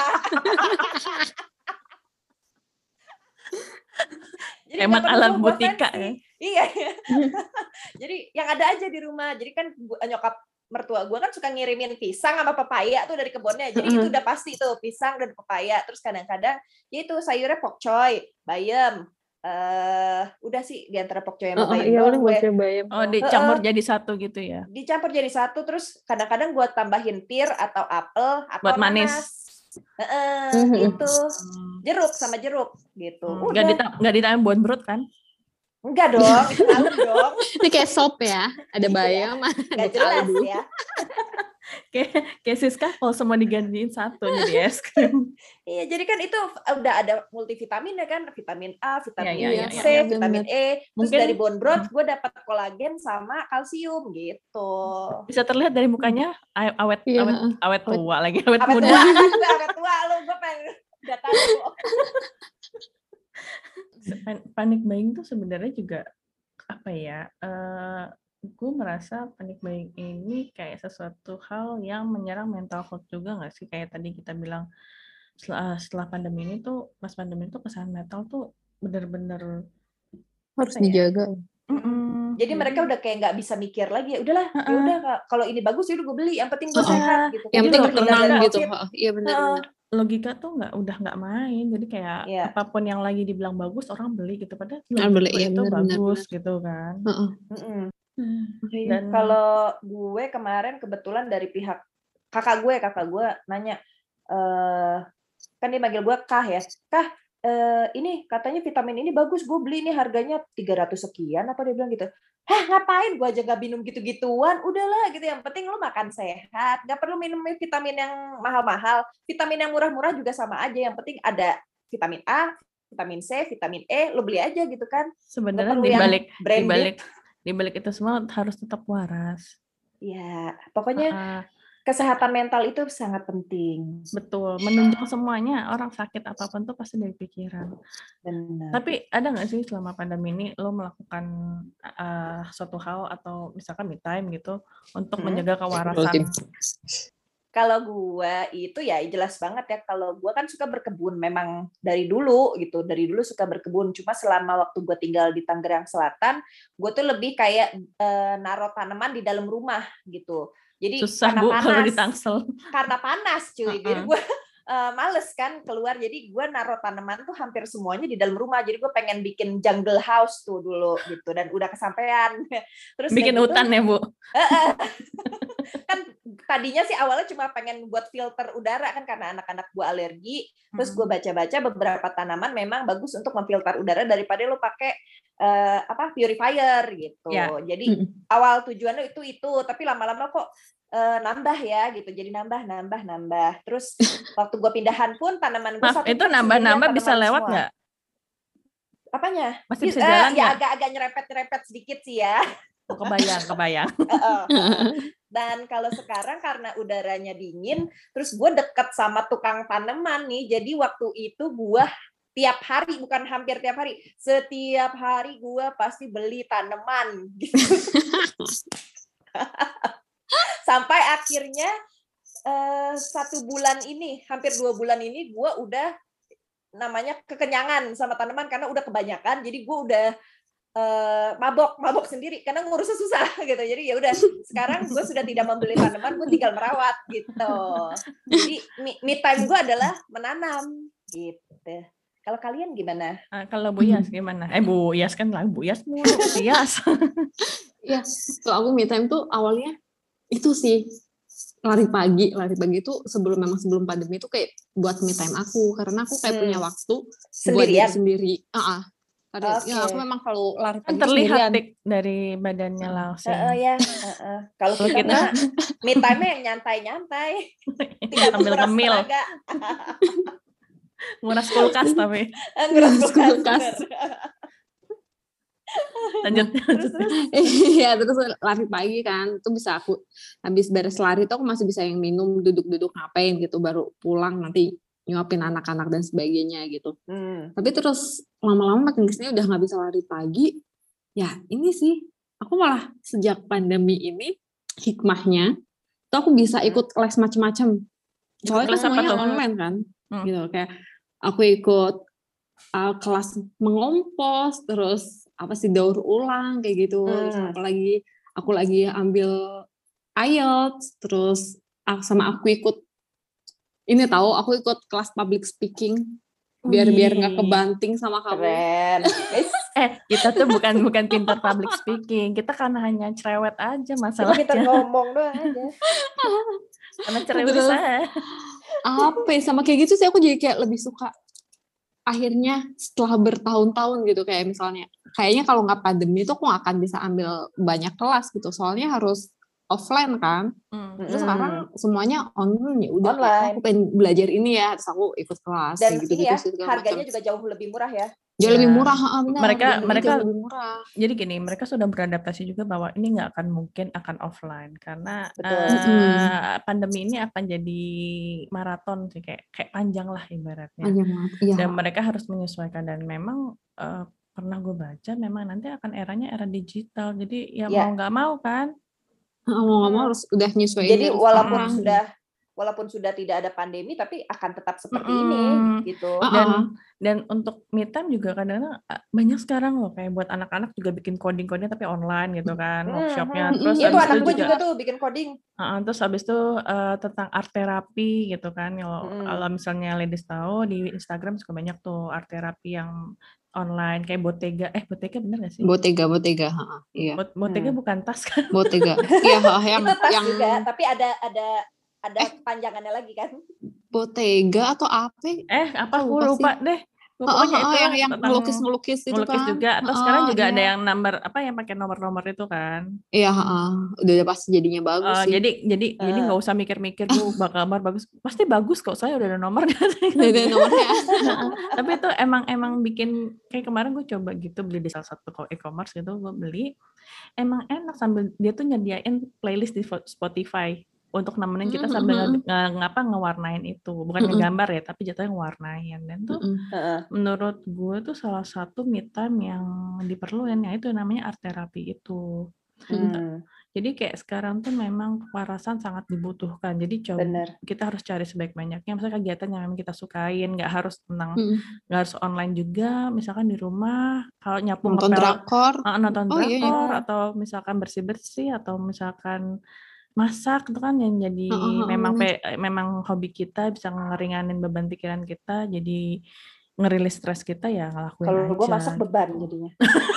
[SPEAKER 3] Jadi
[SPEAKER 1] hemat ala butika ya.
[SPEAKER 3] Iya. Jadi yang ada aja di rumah. Jadi kan nyokap mertua gue kan suka ngirimin pisang sama pepaya tuh dari kebunnya. Jadi itu udah pasti tuh pisang dan pepaya. Terus kadang-kadang ya itu sayurnya pokcoy, bayam. Udah sih di antara pokcoy sama bayam.
[SPEAKER 2] Iya, bayam.
[SPEAKER 1] Dicampur jadi satu gitu ya.
[SPEAKER 3] Dicampur jadi satu, terus kadang-kadang gue tambahin pir atau apel atau
[SPEAKER 1] buat manis.
[SPEAKER 3] Gitu. Jeruk sama jeruk gitu.
[SPEAKER 1] Nggak ditambah buat perut kan?
[SPEAKER 3] Enggak dong, itu malam dong.
[SPEAKER 2] Ini kayak sop ya, ada bayam, ada
[SPEAKER 3] kaldu. Ya.
[SPEAKER 1] kayak Siska kalau semua digantiin satu jadi es krim.
[SPEAKER 3] Iya, jadi kan itu udah ada multivitamin ya kan, vitamin A, vitamin C, vitamin E. Terus mungkin dari bone broth gue dapat kolagen sama kalsium gitu.
[SPEAKER 1] Bisa terlihat dari mukanya awet tua lagi, awet
[SPEAKER 3] muda. Awet tua lu, gue pengen udah tahu.
[SPEAKER 1] Panic buying tuh sebenarnya juga apa ya? Gue merasa panic buying ini kayak sesuatu hal yang menyerang mental health juga nggak sih? Kayak tadi kita bilang setelah pandemi ini tuh, pas pandemi itu kesan mental tuh bener-bener
[SPEAKER 2] harus dijaga.
[SPEAKER 3] Jadi mereka udah kayak nggak bisa mikir lagi, ya udahlah, ya udah kalau ini bagus ya udah gue beli, yang penting gue sehat gitu.
[SPEAKER 2] Yang penting tenang gitu. Iya benar.
[SPEAKER 1] Logika tuh nggak main, jadi kayak apapun yang lagi dibilang bagus orang beli gitu, padahal itu bagus gitu kan.
[SPEAKER 3] Dan kalau gue kemarin kebetulan dari pihak kakak gue nanya, kan dia manggil gue Kah ya, Kah ini katanya vitamin ini bagus, gue beli ini harganya 300 sekian apa dia bilang gitu. Hah, ngapain gue aja gak minum gitu-gituan, udahlah gitu, yang penting lu makan sehat, gak perlu minum vitamin yang mahal-mahal, vitamin yang murah-murah juga sama aja, yang penting ada vitamin A, vitamin C, vitamin E, lu beli aja gitu kan.
[SPEAKER 1] Sebenarnya di balik itu semua harus tetap waras.
[SPEAKER 3] Ya, pokoknya kesehatan mental itu sangat penting.
[SPEAKER 1] Betul, menunjang semuanya, orang sakit apapun tuh pasti dari pikiran.
[SPEAKER 3] Benar.
[SPEAKER 1] Tapi ada nggak sih selama pandemi ini lo melakukan suatu hal atau misalkan me time gitu untuk menjaga kewarasan?
[SPEAKER 3] Kalau gue itu ya jelas banget ya, kalau gue kan suka berkebun memang dari dulu gitu, dari dulu suka berkebun. Cuma selama waktu gue tinggal di Tangerang Selatan, gue tuh lebih kayak naruh tanaman di dalam rumah gitu. Jadi
[SPEAKER 1] susah Bu kalau di Tangsel.
[SPEAKER 3] Karena panas cuy, jadi gue males kan keluar, jadi gue naruh tanaman tuh hampir semuanya di dalam rumah. Jadi gue pengen bikin jungle house tuh dulu gitu, dan udah kesampean. Terus
[SPEAKER 1] bikin hutan ya Bu?
[SPEAKER 3] Kan tadinya sih awalnya cuma pengen buat filter udara kan, karena anak-anak gue alergi. Terus gue baca-baca beberapa tanaman memang bagus untuk memfilter udara daripada lo pakai purifier gitu. Jadi awal tujuannya itu, tapi lama-lama kok nambah ya gitu, jadi nambah. Terus waktu gue pindahan pun tanaman gue
[SPEAKER 1] itu nambah bisa lewat nggak?
[SPEAKER 3] Apanya?
[SPEAKER 1] Masih bisa jalan
[SPEAKER 3] ya agak nyerempet sedikit sih ya.
[SPEAKER 1] Kebayang.
[SPEAKER 3] Dan kalau sekarang karena udaranya dingin, terus gue deket sama tukang tanaman nih, jadi waktu itu gue tiap hari, bukan hampir tiap hari, setiap hari gue pasti beli tanaman gitu. Sampai akhirnya 1 bulan ini, hampir 2 bulan ini gue udah namanya kekenyangan sama tanaman karena udah kebanyakan, jadi gue udah mabok sendiri karena ngurusnya susah gitu. Jadi ya udah, sekarang gue sudah tidak membeli tanaman, gue tinggal merawat gitu. Jadi me time gue adalah menanam gitu. Kalau kalian gimana?
[SPEAKER 1] Kalau Bu Yas gimana? Bu Yas kan lah, Bu Yas mulu. Yas.
[SPEAKER 2] Iya, kalau aku me time tuh awalnya itu sih lari pagi itu sebelum pandemi itu kayak buat me time aku, karena aku kayak punya waktu buat diri sendiri. Ya aku memang kalau lari pagi
[SPEAKER 1] terlihat dari badannya langsing.
[SPEAKER 3] Kalau kita me time yang nyantai-nyantai, tidak
[SPEAKER 1] sambil ngemil. Nguras kulkas tapi.
[SPEAKER 3] Nguras kulkas.
[SPEAKER 1] Lanjut.
[SPEAKER 2] Iya, terus lari pagi kan, itu bisa aku habis beres lari itu aku masih bisa yang minum, duduk-duduk ngapain gitu, baru pulang nanti nyuapin anak-anak dan sebagainya gitu. Tapi terus lama-lama makin kesini udah nggak bisa lari pagi. Ya ini sih, aku malah sejak pandemi ini hikmahnya, tuh aku bisa ikut les macam-macam. Soalnya kan semuanya online kan, gitu. Kayak aku ikut kelas mengompos, terus apa sih daur ulang kayak gitu. Terus apalagi aku lagi ambil IELTS, terus sama aku ikut aku ikut kelas public speaking biar nggak kebanting sama kamu.
[SPEAKER 3] Keren.
[SPEAKER 1] Kita tuh bukan pintar public speaking, kita karena hanya cerewet aja masalahnya.
[SPEAKER 3] Kita ngomong doang aja.
[SPEAKER 1] Karena cerewet aja.
[SPEAKER 2] Sama kayak gitu sih aku jadi kayak lebih suka. Akhirnya setelah bertahun-tahun gitu, kayak misalnya kayaknya kalau nggak pandemi itu aku nggak akan bisa ambil banyak kelas gitu, soalnya harus offline kan. Terus sekarang semuanya online, ya udah aku pengen belajar ini ya, terus aku ikut kelas.
[SPEAKER 3] Dan
[SPEAKER 2] gitu,
[SPEAKER 3] ini ya harganya juga jauh lebih murah ya.
[SPEAKER 2] Jauh lebih murah,
[SPEAKER 1] mereka
[SPEAKER 2] lebih murah.
[SPEAKER 1] Jadi gini, mereka sudah beradaptasi juga bahwa ini nggak akan mungkin akan offline karena pandemi ini akan jadi maraton sih, kayak panjang lah ibaratnya. Dan mereka harus menyesuaikan, dan memang pernah gue baca memang nanti akan eranya era digital. Jadi mau nggak mau kan.
[SPEAKER 2] Mau nggak mau harus udah nyesuaiin.
[SPEAKER 3] Jadi walaupun sudah tidak ada pandemi, tapi akan tetap seperti ini gitu.
[SPEAKER 1] Dan untuk me time juga kadang-kadang banyak sekarang loh, kayak buat anak-anak juga bikin coding-codingnya tapi online gitu kan, workshopnya. Terus
[SPEAKER 3] itu anak gue juga tuh bikin coding.
[SPEAKER 1] Terus habis itu tentang art terapi gitu kan. Kalau misalnya ladies tahu, di Instagram juga banyak tuh art terapi yang online, kayak Bottega bener gak sih?
[SPEAKER 2] Bottega, iya.
[SPEAKER 1] Bottega bukan tas kan?
[SPEAKER 2] Bottega, iya yang
[SPEAKER 3] itu tas juga, tapi ada panjangannya lagi kan?
[SPEAKER 2] Bottega atau apa?
[SPEAKER 1] Aku lupa deh. Pokoknya itu
[SPEAKER 2] yang ngelukis itu kan.
[SPEAKER 1] Juga. Atau sekarang juga ada yang yang pakai nomor-nomor itu kan.
[SPEAKER 2] Iya, udah pasti jadinya bagus sih.
[SPEAKER 1] Jadi nggak usah mikir-mikir gue bakal bagus. Pasti bagus kok, saya udah ada nomornya.
[SPEAKER 2] Udah nomornya.
[SPEAKER 1] Tapi itu emang bikin, kayak kemarin gue coba gitu beli di salah satu e-commerce gitu, gue beli. Emang enak, sambil dia tuh nyediain playlist di Spotify untuk nemenin kita sambil ngewarnain itu, bukan ngegambar ya, tapi jatuhnya ngewarnain. Dan tuh menurut gue tuh salah satu me time yang diperluin, ya itu namanya art therapy itu. Jadi kayak sekarang tuh memang kewarasan sangat dibutuhkan. Jadi kita harus cari sebaik-banyaknya, misalnya kegiatan yang memang kita sukain, nggak harus online juga. Misalkan di rumah, kalau nyapu
[SPEAKER 2] nonton drakor,
[SPEAKER 1] atau misalkan bersih-bersih, atau misalkan masak, itu kan yang jadi memang hobi kita, bisa ngeringanin beban pikiran kita, jadi ngerilis stres kita, ya ngelakuin aja.
[SPEAKER 3] Kalau gue masak beban jadinya.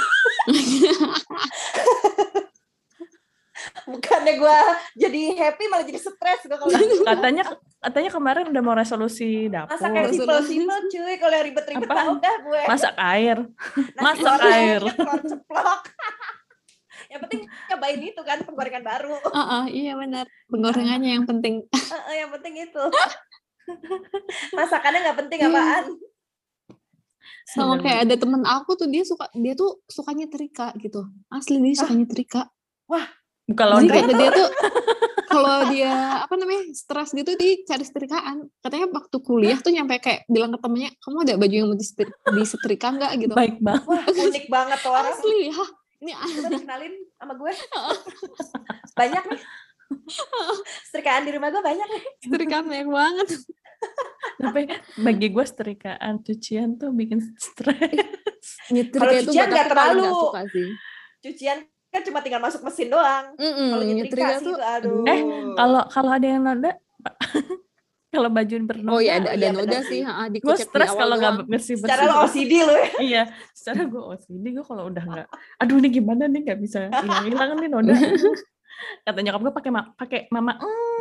[SPEAKER 3] Bukannya gue jadi happy, malah jadi stres gue kalau
[SPEAKER 1] katanya kemarin udah mau resolusi dapur.
[SPEAKER 3] Masak yang simple cuy, kalau yang ribet-ribet tau dah gue.
[SPEAKER 1] Masak air.
[SPEAKER 3] Telur ceplok. Yang penting cobain itu kan, penggorengan baru.
[SPEAKER 2] Iya benar, penggorengannya yang penting.
[SPEAKER 3] Yang penting itu. Masakannya nggak penting apaan.
[SPEAKER 2] Sama kayak ada temen aku tuh, dia tuh suka nyetrika gitu. Asli dia suka nyetrika.
[SPEAKER 3] Wah,
[SPEAKER 1] bukan laundry.
[SPEAKER 2] Dia tuh kalau dia stres gitu, dia cari setrikaan. Katanya waktu kuliah tuh nyampe kayak bilang ke temennya, kamu ada baju yang mau disetrika nggak gitu.
[SPEAKER 1] Baik banget.
[SPEAKER 3] Wah, unik banget tuh orang.
[SPEAKER 2] Asli ya. Ini
[SPEAKER 3] coba dikenalin sama gue. Banyak nih. Setrikaan di rumah gue banyak nih.
[SPEAKER 2] Setrikaan banyak banget.
[SPEAKER 1] Tapi bagi gue setrikaan cucian tuh bikin stres.
[SPEAKER 3] Kalau cucian nggak terlalu. Cucian kan cuma tinggal masuk mesin doang. Kalau nyetrika sih itu aduh.
[SPEAKER 1] Kalau ada yang noda, kalau baju bernoda.
[SPEAKER 2] Oh iya, ada noda sih.
[SPEAKER 1] Gue stres kalau nggak bersih.
[SPEAKER 3] Secara lo OCD lo ya.
[SPEAKER 1] Iya, secara gue OCD. Gue kalau udah nggak, aduh ini gimana nih, nggak bisa hilang nih noda. Kata nyokap gue pakai mama.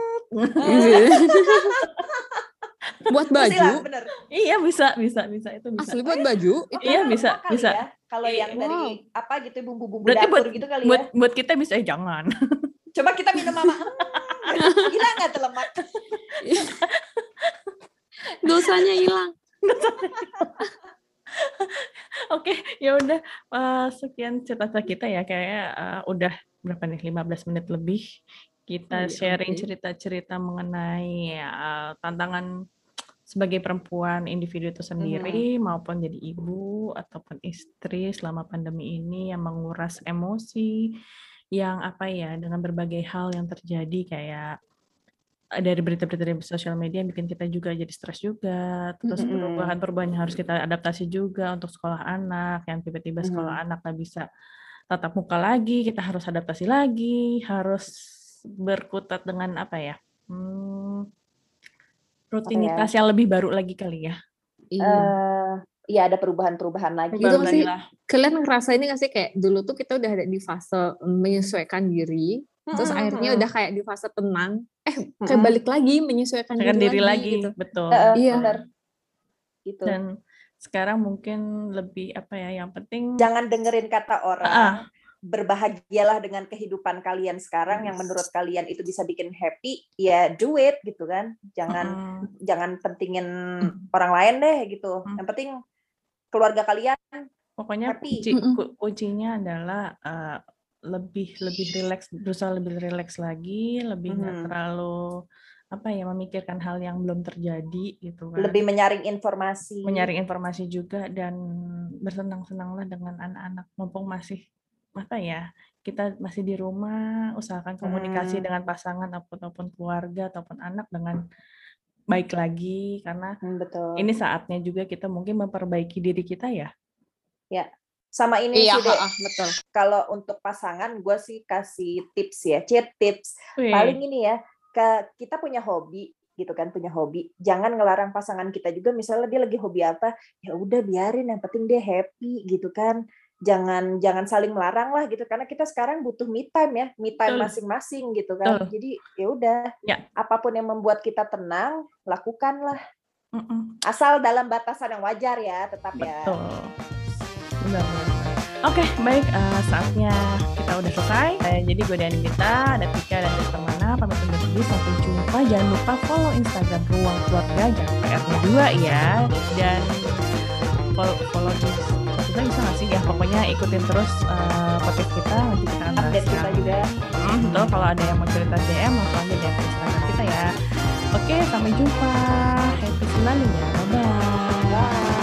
[SPEAKER 2] Buat baju.
[SPEAKER 3] Bener.
[SPEAKER 1] Iya bisa itu bisa.
[SPEAKER 2] Asli buat baju.
[SPEAKER 1] Iya bisa.
[SPEAKER 3] Ya. Kalau yang dari gitu bumbu-bumbu dapur gitu kali ya.
[SPEAKER 1] Buat kita bisa jangan.
[SPEAKER 3] Coba kita minum mama. Gila nggak tuh lemak?
[SPEAKER 2] Dosanya hilang.
[SPEAKER 1] Oke, ya udah sekian cerita kita ya, kayaknya udah berapa nih, 15 menit lebih kita sharing cerita-cerita mengenai tantangan sebagai perempuan individu itu sendiri maupun jadi ibu ataupun istri selama pandemi ini yang menguras emosi, yang dengan berbagai hal yang terjadi kayak dari berita-berita di sosial media bikin kita juga jadi stres juga, terus perubahan-perubahan yang harus kita adaptasi juga untuk sekolah anak, yang tiba-tiba sekolah anak nggak bisa tatap muka lagi, kita harus adaptasi lagi, harus berkutat dengan rutinitas yang lebih baru lagi kali ya.
[SPEAKER 3] Iya ada perubahan-perubahan lagi.
[SPEAKER 2] Gitu sih, kalian ngerasa ini nggak sih kayak dulu tuh kita udah ada di fase menyesuaikan diri, terus akhirnya udah kayak di fase tenang, kayak balik lagi menyesuaikan diri lagi gitu.
[SPEAKER 1] Betul.
[SPEAKER 2] Iya.
[SPEAKER 3] Benar. Gitu.
[SPEAKER 1] Dan sekarang mungkin lebih yang penting
[SPEAKER 3] jangan dengerin kata orang. Berbahagialah dengan kehidupan kalian sekarang yang menurut kalian itu bisa bikin happy, ya do it gitu kan. Jangan pentingin orang lain deh gitu. Yang penting keluarga kalian
[SPEAKER 1] pokoknya
[SPEAKER 3] happy.
[SPEAKER 1] kuncinya adalah lebih rileks, berusaha lebih rileks lagi, lebih nggak terlalu memikirkan hal yang belum terjadi gitu kan.
[SPEAKER 3] Lebih menyaring informasi
[SPEAKER 1] juga, dan bersenang-senanglah dengan anak-anak mumpung masih kita masih di rumah, usahakan komunikasi dengan pasangan ataupun keluarga ataupun anak dengan baik lagi, karena ini saatnya juga kita mungkin memperbaiki diri kita ya.
[SPEAKER 3] Ya, sama ini sih deh. Betul. Kalau untuk pasangan, gue sih kasih tips ya, tips. Paling ini ya, kita punya hobi gitu kan, jangan ngelarang pasangan kita juga. Misalnya dia lagi hobi apa, ya udah biarin, yang penting dia happy gitu kan. Jangan saling melarang lah gitu, karena kita sekarang butuh me time masing-masing gitu kan. Jadi ya udah, apapun yang membuat kita tenang, lakukanlah. Asal dalam batasan yang wajar ya, tetap ya.
[SPEAKER 1] Betul. Benar. Oke, baik, saatnya kita udah selesai. Jadi gue dan Gita, ada Tika dan Dr. Mana, pamit undur diri, sampai jumpa. Jangan lupa follow Instagram Ruang Keluarga, jangan PR-nya 2 ya. Dan follow di Spotify bisa nggak sih? Ya pokoknya ikutin terus podcast kita, nanti kita akan
[SPEAKER 3] update kita juga.
[SPEAKER 1] Betul, kalau ada yang mau cerita DM, langsung aja DM Instagram kita ya. Oke, sampai jumpa. Happy selalu ya. Bye-bye.
[SPEAKER 3] Bye.